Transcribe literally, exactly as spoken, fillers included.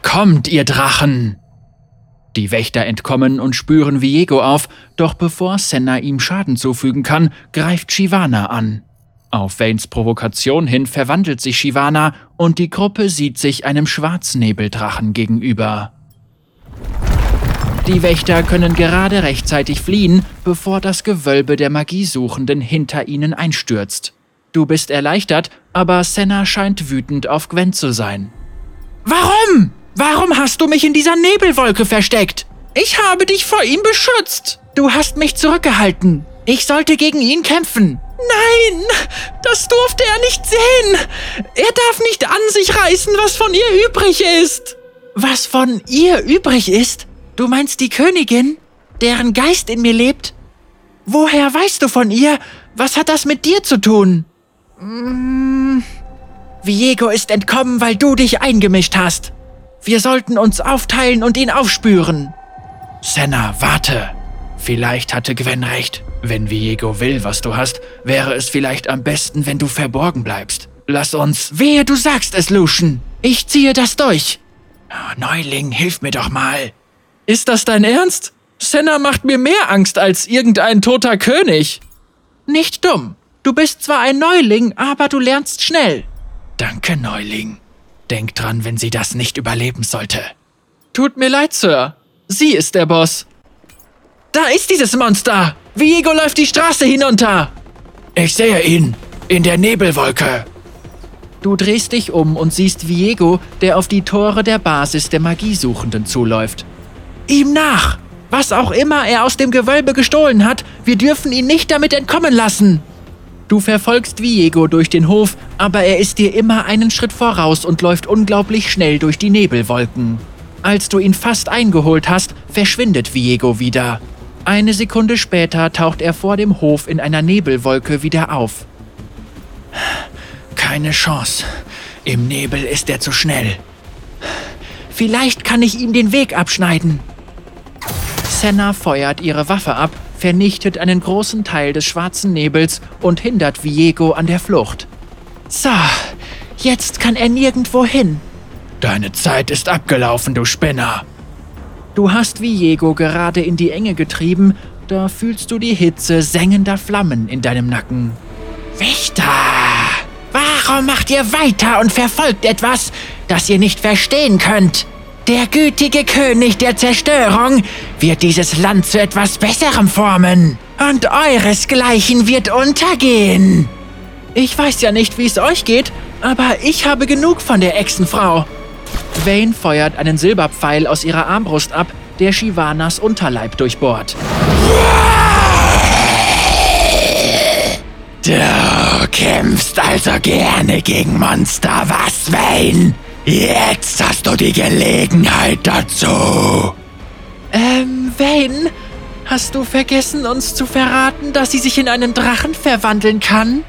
Kommt, ihr Drachen! Die Wächter entkommen und spüren Viego auf, doch bevor Senna ihm Schaden zufügen kann, greift Shyvana an. Auf Vaynes Provokation hin verwandelt sich Shyvana und die Gruppe sieht sich einem Schwarznebeldrachen gegenüber. Die Wächter können gerade rechtzeitig fliehen, bevor das Gewölbe der Magiesuchenden hinter ihnen einstürzt. Du bist erleichtert, aber Senna scheint wütend auf Gwen zu sein. Warum? Warum hast du mich in dieser Nebelwolke versteckt? Ich habe dich vor ihm beschützt. Du hast mich zurückgehalten. Ich sollte gegen ihn kämpfen. Nein, das durfte er nicht sehen. Er darf nicht an sich reißen, was von ihr übrig ist. Was von ihr übrig ist? Du meinst die Königin, deren Geist in mir lebt? Woher weißt du von ihr? Was hat das mit dir zu tun? Hm, Viego ist entkommen, weil du dich eingemischt hast. Wir sollten uns aufteilen und ihn aufspüren. Senna, warte. Vielleicht hatte Gwen recht. Wenn Viego will, was du hast, wäre es vielleicht am besten, wenn du verborgen bleibst. Lass uns... Wehe, du sagst es, Lucian. Ich ziehe das durch. Oh, Neuling, hilf mir doch mal. Ist das dein Ernst? Senna macht mir mehr Angst als irgendein toter König. Nicht dumm. Du bist zwar ein Neuling, aber du lernst schnell. Danke, Neuling. Denk dran, wenn sie das nicht überleben sollte. Tut mir leid, Sir. Sie ist der Boss. Da ist dieses Monster! Viego läuft die Straße hinunter! Ich sehe ihn, in der Nebelwolke. Du drehst dich um und siehst Viego, der auf die Tore der Basis der Magiesuchenden zuläuft. Ihm nach! Was auch immer er aus dem Gewölbe gestohlen hat, wir dürfen ihn nicht damit entkommen lassen. Du verfolgst Viego durch den Hof, aber er ist dir immer einen Schritt voraus und läuft unglaublich schnell durch die Nebelwolken. Als du ihn fast eingeholt hast, verschwindet Viego wieder. Eine Sekunde später taucht er vor dem Hof in einer Nebelwolke wieder auf. Keine Chance. Im Nebel ist er zu schnell. Vielleicht kann ich ihm den Weg abschneiden. Senna feuert ihre Waffe ab, vernichtet einen großen Teil des schwarzen Nebels und hindert Viego an der Flucht. So, jetzt kann er nirgendwo hin. Deine Zeit ist abgelaufen, du Spinner. Du hast Viego gerade in die Enge getrieben, da fühlst du die Hitze sengender Flammen in deinem Nacken. Wächter! Warum macht ihr weiter und verfolgt etwas, das ihr nicht verstehen könnt? Der gütige König der Zerstörung wird dieses Land zu etwas Besserem formen. Und euresgleichen wird untergehen. Ich weiß ja nicht, wie es euch geht, aber ich habe genug von der Echsenfrau. Vayne feuert einen Silberpfeil aus ihrer Armbrust ab, der Shyvanas Unterleib durchbohrt. Du kämpfst also gerne gegen Monster, was, Vayne? Jetzt hast du die Gelegenheit dazu. Ähm, Vayne, hast du vergessen, uns zu verraten, dass sie sich in einen Drachen verwandeln kann?